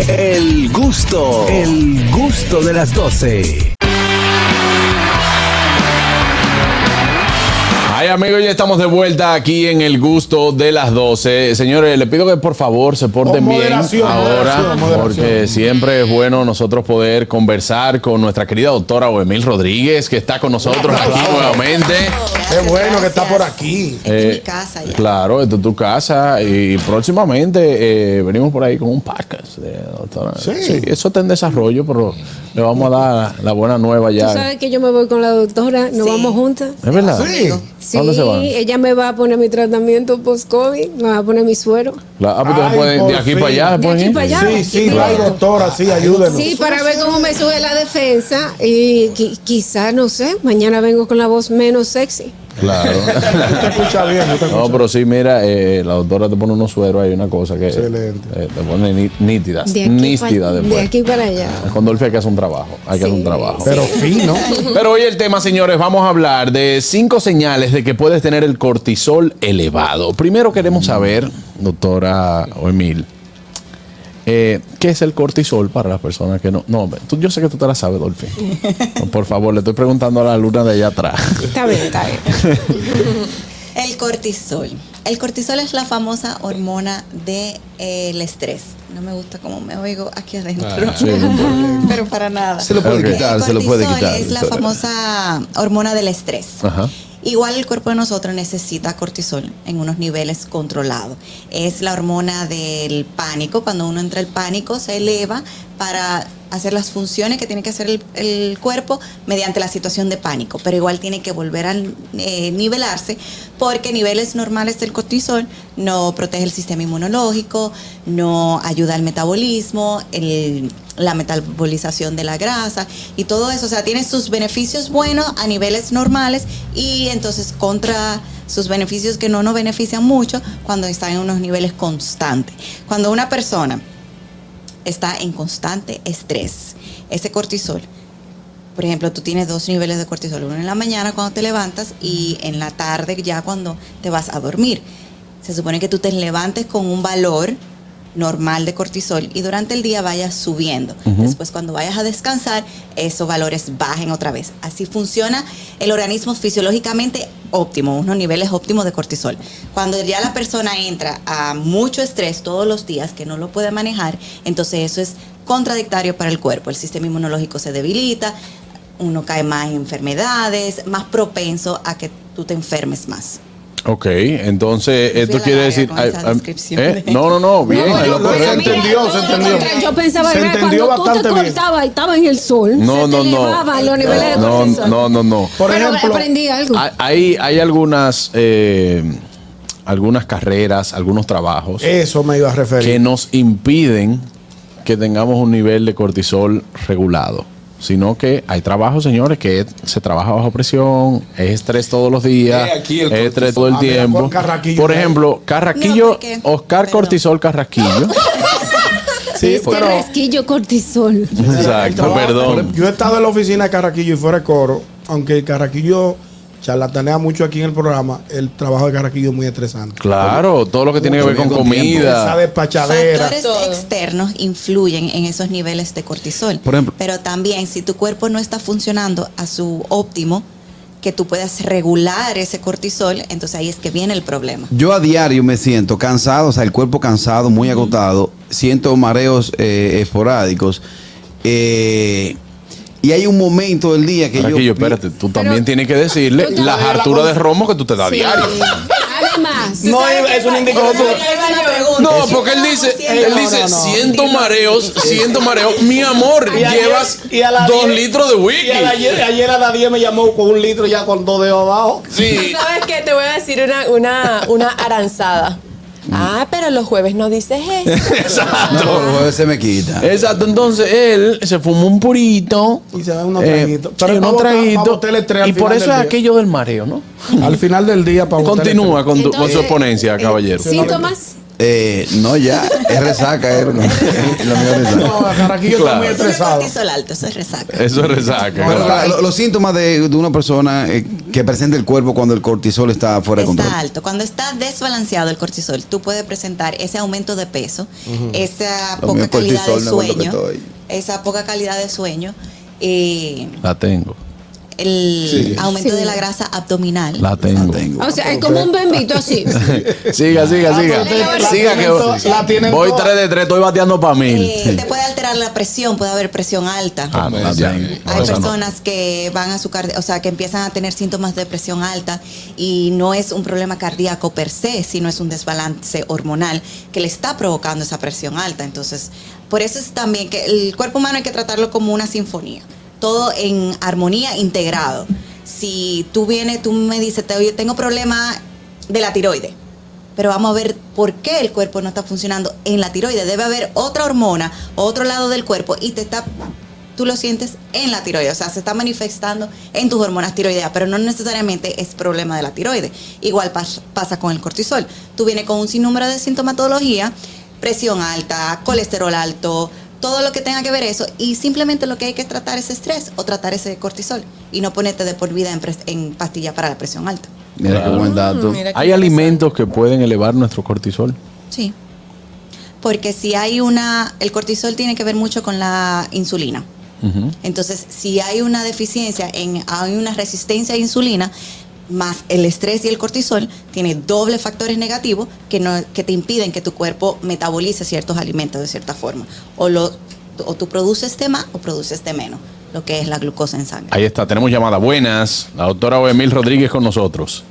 El gusto de las 12. Ay, amigos, ya estamos de vuelta aquí en El Gusto de las 12. Señores, les pido que por favor se porten bien ahora, porque siempre es bueno nosotros poder conversar con nuestra querida doctora Oemil Rodríguez, que está con nosotros aquí nuevamente. Qué bueno que está por aquí. Esta es mi casa ya. Claro, esta es tu casa y próximamente venimos por ahí con un podcast de doctora. Sí. Eso está en desarrollo, pero le vamos a dar la buena nueva ya. Tú sabes que yo me voy con la doctora, nos vamos juntas. ¿Es verdad? Sí. Sí, ¿A dónde se van? ella me va a poner mi tratamiento post-COVID, me va a poner mi suero. Pues ustedes pueden de aquí para allá. De aquí para allá. Sí, la doctora, sí, ayúdenos. Sí, para ver cómo me sube la defensa y quizás, no sé, mañana vengo con la voz menos sexy. Claro. Te escucha bien, te escucha. No, pero sí, mira, la doctora te pone unos sueros, hay una cosa que Excelente. te pone nítida De después. aquí para allá. Con Dolphy hay que hacer un trabajo, Pero fino. Pero hoy el tema, señores, vamos a hablar de 5 señales de que puedes tener el cortisol elevado. Primero queremos saber, doctora Oemil, ¿qué es el cortisol para las personas que no? No, yo sé que tú te la sabes, Dolphy. No, por favor, le estoy preguntando a la luna de allá atrás. Está bien, está bien. El cortisol. El cortisol es la famosa hormona del estrés. No me gusta cómo me oigo aquí adentro. Sí, pero para nada. Se lo puede quitar, se lo puede quitar. Es la famosa hormona del estrés. Ajá. Igual el cuerpo de nosotros necesita cortisol en unos niveles controlados. Es la hormona del pánico. Cuando uno entra en pánico se eleva para hacer las funciones que tiene que hacer el cuerpo mediante la situación de pánico. Pero igual tiene que volver a nivelarse porque niveles normales del cortisol no protege el sistema inmunológico, no ayuda al metabolismo, la metabolización de la grasa y todo eso. O sea, tiene sus beneficios buenos a niveles normales y entonces contra sus beneficios que no nos benefician mucho cuando están en unos niveles constantes. Cuando una persona está en constante estrés, ese cortisol, por ejemplo, tú tienes 2 niveles de cortisol, uno en la mañana cuando te levantas y en la tarde ya cuando te vas a dormir. Se supone que tú te levantes con un valor normal de cortisol y durante el día vayas subiendo. Después cuando vayas a descansar, esos valores bajen otra vez. Así funciona el organismo fisiológicamente óptimo, unos niveles óptimos de cortisol. Cuando ya la persona entra a mucho estrés todos los días que no lo puede manejar, entonces eso es contradictorio para el cuerpo. El sistema inmunológico se debilita, uno cae más en enfermedades, más propenso a que tú te enfermes más. Ok, entonces esto quiere decir... No, bien. Se entendió. Yo pensaba Se que entendió cuando tú te bastante bien. cortabas y estabas en el sol, No, se te elevaban los niveles de cortisol. No. Por Pero ejemplo, aprendí algo. Hay algunas carreras, algunos trabajos eso me iba a referir. que nos impiden que tengamos un nivel de cortisol regulado. Sino que hay trabajos, señores, que se trabaja bajo presión, es estrés todos los días, es estrés todo el tiempo. Por ejemplo, Carraquillo, Oscar Cortisol Carraquillo. Sí, pero Carrasquillo cortisol. Exacto, perdón. Yo he estado en la oficina de Carraquillo y fuera de coro, aunque Carraquillo charlatanea mucho aquí en el programa, el trabajo de Carraquillo es muy estresante. Claro, todo lo que tiene que ver con Esa comida. despachadera. Factores externos influyen en esos niveles de cortisol. Por ejemplo, pero también si tu cuerpo no está funcionando a su óptimo, que tú puedas regular ese cortisol, entonces ahí es que viene el problema. Yo a diario me siento cansado, o sea, el cuerpo cansado, muy agotado, siento mareos esporádicos. Y hay un momento del día que Carraquillo, espérate, tú también tienes que decirle Tú las harturas de romo que tú te das diario. Además, No, es un indicador. No, porque él dice, siento mareos, mi amor, llevas 2 litros de whisky. Y ayer a las 10 me llamó con 1 litro ya con 2 dedos abajo. Sí. ¿Sabes qué? Te voy a decir una aranzada. Ah, pero los jueves no dices eso. Exacto. No, el jueves se me quita. Exacto, entonces él se fumó un purito. Y se da unos traguitos. Pero unos traguitos. Y por eso es aquello del mareo, ¿no? Al final del día, para Continúa con su exponencia, caballero. síntomas. No, ya, es resaca. Lo mío es resaca. No, Carraquillo está muy Eso no es estresado. cortisol alto, eso es resaca. Eso es resaca. Bueno, los síntomas de una persona que presenta el cuerpo cuando el cortisol está fuera de control. Está alto. Cuando está desbalanceado el cortisol, tú puedes presentar ese aumento de peso, esa Lo mío poca es calidad de cortisol, no aguanto que sueño, estoy. esa poca calidad de sueño, La tengo. el aumento Sí. de la grasa abdominal. La tengo. O sea, es como un bembito así. Siga. Siga que La tienen voy todas. 3 de 3, estoy bateando para 1000. Te puede alterar la presión, puede haber presión alta. Ah, no, la tengo. Hay Esa no. personas que van a o sea, que empiezan a tener síntomas de presión alta y no es un problema cardíaco per se, sino es un desbalance hormonal que le está provocando esa presión alta. Entonces, por eso es también que el cuerpo humano hay que tratarlo como una sinfonía, todo en armonía, integrado. Si tú me dices, oye, tengo problema de la tiroide, pero vamos a ver por qué el cuerpo no está funcionando en la tiroide. Debe haber otra hormona, otro lado del cuerpo y tú lo sientes en la tiroides, o sea, se está manifestando en tus hormonas tiroideas, pero no necesariamente es problema de la tiroides. Igual pasa con el cortisol. Tú vienes con un sinnúmero de sintomatología, presión alta, colesterol alto, todo lo que tenga que ver eso, y simplemente lo que hay que tratar es estrés o tratar ese cortisol y no ponerte de por vida en pastilla para la presión alta. Mira qué buen dato. Mira qué ¿Hay alimentos que pueden elevar nuestro cortisol? Sí. Porque si hay el cortisol tiene que ver mucho con la insulina. Entonces, si hay una deficiencia, hay una resistencia a insulina, más el estrés y el cortisol, tiene doble factores negativos que te impiden que tu cuerpo metabolice ciertos alimentos de cierta forma. O tú produces de más o produces de menos, lo que es la glucosa en sangre. Ahí está, tenemos llamada. Buenas. La doctora Oemil Rodríguez con nosotros.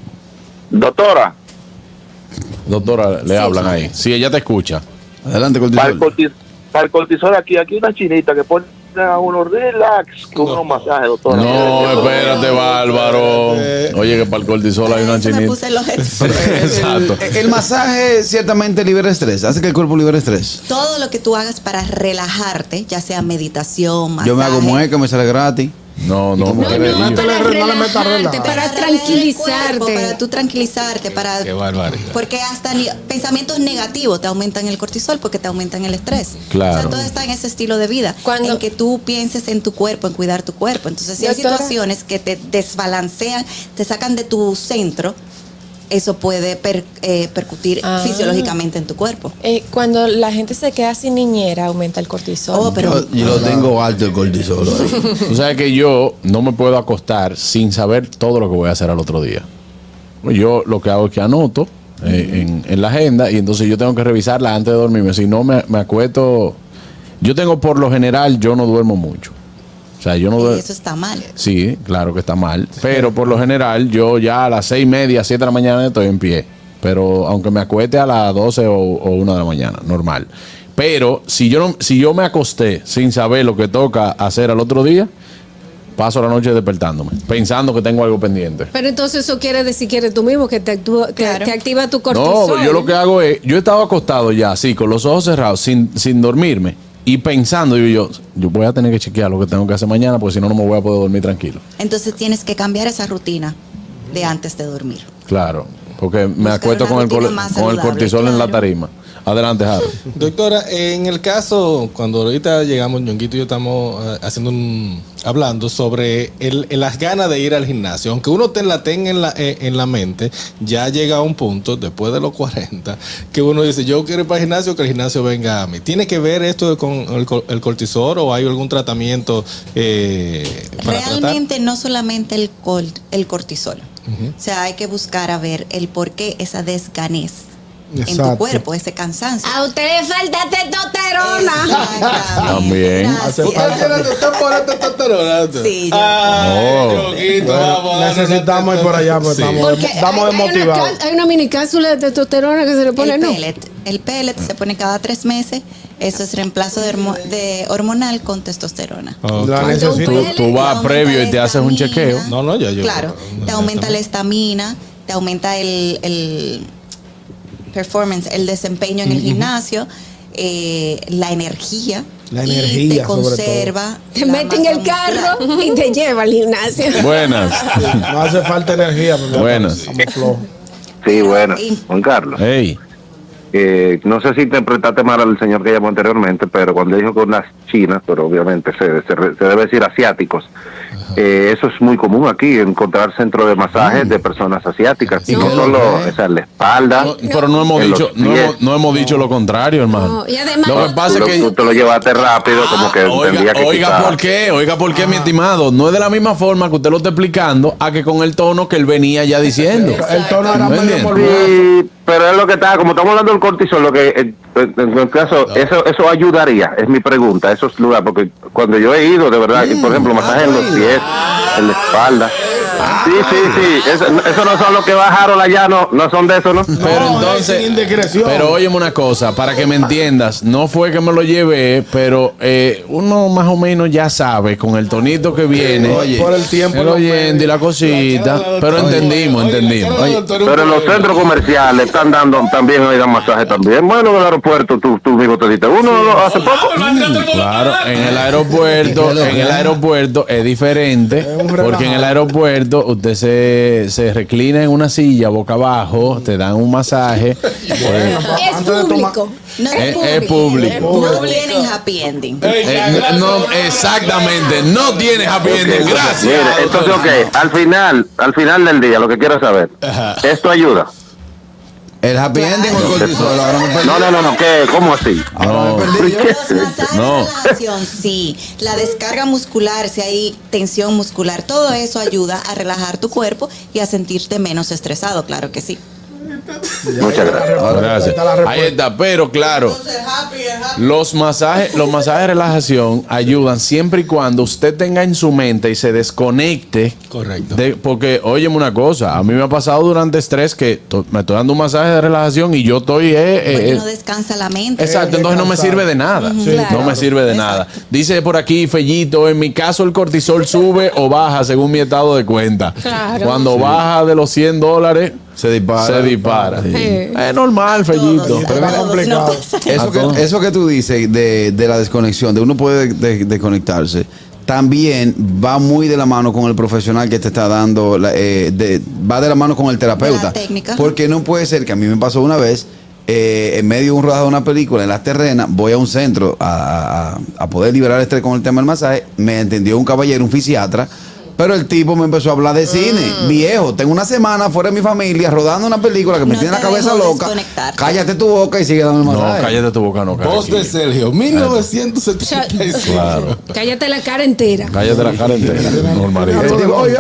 Doctora, Doctora, le hablan ahí. Sí, ella te escucha. Adelante, para cortisol. el cortisol aquí una chinita que pone a uno relax con unos masajes, doctora. No, espérate, Bárbaro. Oye, que para el cortisol hay una Eso me chinita. puse los Exacto. El masaje ciertamente libera estrés, hace que el cuerpo libere estrés. Todo lo que tú hagas para relajarte, ya sea meditación, masaje. Yo me hago mueca, me sale gratis. No, No, mujer, no, yo. para no le metas relajarte, relajo. para relajar el tranquilizarte. cuerpo, para tú tranquilizarte, para... Qué barbaridad. Porque hasta pensamientos negativos te aumentan el cortisol porque te aumentan el estrés. Claro. O sea, todo está en ese estilo de vida. Cuando- en que tú pienses en tu cuerpo, en cuidar tu cuerpo. Entonces, si hay Doctora. situaciones que te desbalancean, te sacan de tu centro, eso puede percutir fisiológicamente en tu cuerpo. Cuando la gente se queda sin niñera, aumenta el cortisol. Oh, pero Yo lo tengo alto el cortisol. Tú sabes que yo no me puedo acostar sin saber todo lo que voy a hacer al otro día. Yo lo que hago es que anoto en la agenda y entonces yo tengo que revisarla antes de dormirme. Si no, me acuesto. Yo tengo por lo general, yo no duermo mucho. O sea, yo no y duermo. eso está mal. Sí, claro que está mal. Pero por lo general, yo ya a las 6:30, 7 de la mañana estoy en pie. Pero aunque me acueste a las 12 o 1 de la mañana, normal. Pero si yo me acosté sin saber lo que toca hacer al otro día, paso la noche despertándome, pensando que tengo algo pendiente. Pero entonces eso quiere decir que eres tú mismo que te Claro. activa tu cortisol. No, yo lo que hago es, yo estaba acostado ya, así, con los ojos cerrados, sin dormirme. Y pensando, yo voy a tener que chequear lo que tengo que hacer mañana, porque si no, no me voy a poder dormir tranquilo. Entonces tienes que cambiar esa rutina de antes de dormir. Claro, porque me Buscar acuesto una con rutina más con el saludable, cortisol en la claro. tarima. Adelante, Harold. Doctora, en el caso, cuando ahorita llegamos, Ñonguito y yo estamos hablando sobre las ganas de ir al gimnasio. Aunque uno la tenga en la mente, ya llega a un punto, después de los 40, que uno dice, yo quiero ir para el gimnasio, que el gimnasio venga a mí. ¿Tiene que ver esto con el cortisol o hay algún tratamiento para Realmente no solamente el cortisol. O sea, hay que buscar a ver el por qué esa desganez en tu Exacto. cuerpo, ese cansancio. A usted le falta testosterona. Exactamente. También. Hace Gracias. falta. Sí, yo- Necesitamos ir por allá, porque Porque estamos hay desmotivados. hay una mini cápsula de testosterona que se le pone, el ¿no? pellet. El pellet se pone cada 3 meses. Eso es reemplazo de hormonal con testosterona. La necesito. Tú vas Te previo y aumenta te la haces un estamina. chequeo. No, ya yo. Claro, te aumenta la estamina, te aumenta el performance, el desempeño en el gimnasio, la energía. La y energía, te sobre conserva. Te la mete en masa el muscular. carro y te lleva al gimnasio. Buenas. No hace falta energía. Porque Buenas. estamos flojos. Sí, bueno, Y- Juan Carlos. Hey. No sé si interpretaste mal al señor que llamó anteriormente, pero cuando dijo con las chinas, pero obviamente se debe decir asiáticos. Eso es muy común aquí, encontrar centros de masajes de personas asiáticas. Y no solo esa la espalda. Pero no hemos dicho, no hemos dicho lo contrario, hermano. No, y además, Lo que pasa es que tú te lo llevaste rápido, como que entendía que oiga, quizás- Oiga, ¿por qué, mi estimado? No es de la misma forma que usted lo está explicando a que con el tono que él venía ya diciendo. El tono era ¿Me medio entiendes? morboso. Sí, pero es lo que está, como estamos hablando del cortisol, lo que en el caso, eso ayudaría, es mi pregunta, esos lugares, porque cuando yo he ido, de verdad, y por ejemplo, masaje en los pies, en la espalda. Sí, eso no son los que bajaron allá, no son de eso, ¿no? Pero No, entonces, sin indiscreción. pero óyeme una cosa, para que me entiendas, no fue que me lo llevé, pero uno más o menos ya sabe con el tonito que viene, Oye, por el tiempo. el oyente y la cosita, pero entendimos. Pero en los centros comerciales están dando también, oigan, masaje también. Bueno, en el aeropuerto tú mismo te diste uno hace poco. Claro, en el aeropuerto es diferente, porque en el aeropuerto usted se reclina en una silla boca abajo, te dan un masaje. es público. No Es público. No tienen happy ending. No, exactamente, no tienes happy ending. Gracias. Mire, entonces, ok, al final del día, lo que quiero saber, ¿esto ayuda? El happy ending o el cortisol. Ahora me perdí. No, ¿qué? ¿Cómo así? No. Me perdí yo. Los masajes No. de relajación, sí. La descarga muscular, si hay tensión muscular, todo eso ayuda a relajar tu cuerpo y a sentirte menos estresado, claro que sí. Muchas gracias. Gracias. Ahí está, pero claro, los masajes de relajación ayudan siempre y cuando usted tenga en su mente y se desconecte. Correcto. Porque, óyeme una cosa, a mí me ha pasado durante estrés que me estoy dando un masaje de relajación y yo estoy... Porque no descansa la mente. Exacto, entonces no me sirve de nada. Claro. No me sirve de nada. Dice por aquí Fellito, en mi caso el cortisol sube o baja según mi estado de cuenta. Claro. Cuando baja de los $100, Se dispara. se dispara. Sí. Sí. Es normal, Fellito. Todos, Pero era todos, complicado. no pasa nada. Eso que tú dices de la desconexión, de uno puede desconectarse, también va muy de la mano con el profesional que te está dando, va de la mano con el terapeuta. La técnica. Porque no puede ser que a mí me pasó una vez, en medio de un rodaje de una película en Las Terrenas, voy a un centro a poder liberar el estrés con el tema del masaje, me entendió un caballero, un fisiatra. Pero el tipo me empezó a hablar de cine. Viejo, tengo una semana fuera de mi familia rodando una película que me No tiene la te cabeza dejó loca. desconectarte. Cállate tu boca y sigue dando el No, masaje. cállate tu boca, no. Voz de Sergio, 1975. Claro. Cállate la cara entera. Cállate la cara entera. Normalito. Oye,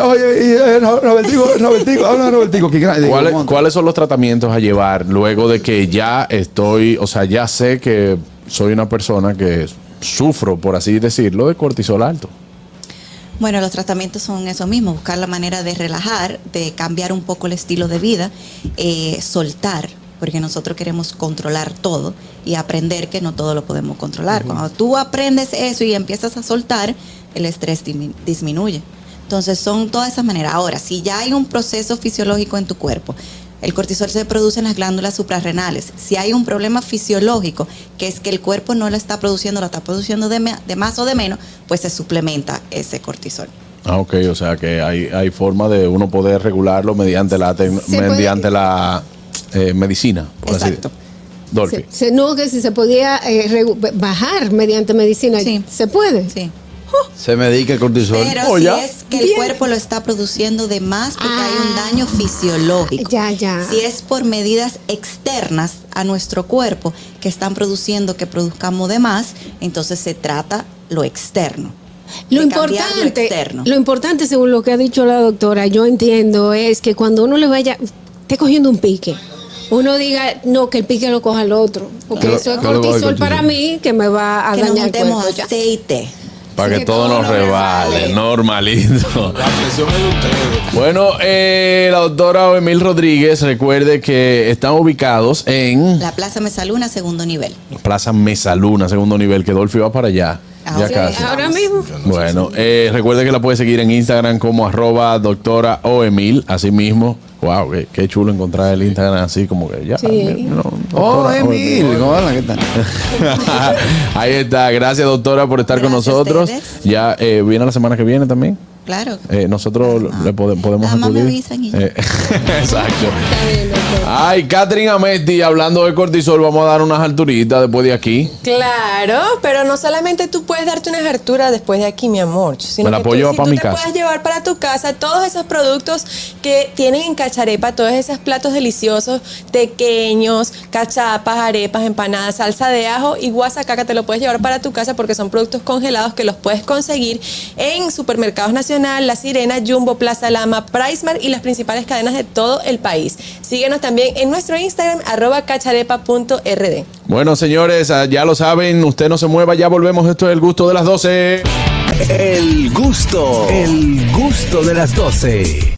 Robertico, habla de Robertico. que grande. Digo, ¿Cuáles son los tratamientos a llevar luego de que ya estoy, o sea, ya sé que soy una persona que sufro, por así decirlo, de cortisol alto? Bueno, los tratamientos son eso mismo, buscar la manera de relajar, de cambiar un poco el estilo de vida, soltar, porque nosotros queremos controlar todo y aprender que no todo lo podemos controlar. Cuando tú aprendes eso y empiezas a soltar, el estrés disminuye. Entonces son todas esas maneras. Ahora, si ya hay un proceso fisiológico en tu cuerpo, el cortisol se produce en las glándulas suprarrenales. Si hay un problema fisiológico, que es que el cuerpo no lo está produciendo, lo está produciendo de más o de menos, pues se suplementa ese cortisol. Ah, ok, o sea que hay forma de uno poder regularlo mediante la medicina, por así Exacto. decirlo. Dolphy. No, que si se podía bajar mediante medicina, Sí. ¿se puede? Sí. se medica el cortisol. Pero Oh, si ya. es que el Bien. cuerpo lo está produciendo de más porque hay un daño fisiológico. Ya. Si es por medidas externas a nuestro cuerpo que están produciendo que produzcamos de más, entonces se trata lo externo. Lo de cambiar importante, lo importante, según lo que ha dicho la doctora, yo entiendo, es que cuando uno le vaya, esté cogiendo un pique, uno diga, no, que el pique lo coja el otro. Porque Que lo- eso es que lo coja el cortisol para cortisol. mí, que me va a Que nos dañar el juntemos cuerpo. Ya. aceite. Para Sí, que todo nos rebale, normalito. La presión es de ustedes. Bueno, la doctora Emil Rodríguez, recuerde que están ubicados en La Plaza Mesaluna, segundo nivel. Plaza Mesaluna, segundo nivel, que Dolphy va para allá. Ah, Ya ok. casi. Ahora mismo. Bueno, recuerde que la puede seguir en Instagram como @doctora Oemil, así mismo. Wow, qué chulo encontrar el Instagram así como que ya. Sí. Oh, doctora Emil, hola, ¿qué tal? Ahí está, gracias doctora por estar con Gracias a nosotros. ustedes. Ya viene la semana que viene también. Claro. Nosotros le podemos Nada más me acudir. avisan y ya. Exacto. Está bien, doctor. Ay, Catherine Amesti, hablando de cortisol, vamos a dar unas alturitas después de aquí. Claro, pero no solamente tú puedes darte unas harturas después de aquí, mi amor, sino Me la que puedo llevar si para tú mi te casa. puedes llevar para tu casa todos esos productos que tienen en Cacharepa, todos esos platos deliciosos, tequeños, cachapas, arepas, empanadas, salsa de ajo y guasacaca, te lo puedes llevar para tu casa porque son productos congelados que los puedes conseguir en Supermercados Nacional, La Sirena, Jumbo, Plaza Lama, PriceMart y las principales cadenas de todo el país. Síguenos también en nuestro Instagram, @cacharepa.rd. Bueno, señores, ya lo saben, usted no se mueva, ya volvemos. Esto es El Gusto de las 12. El gusto de las 12.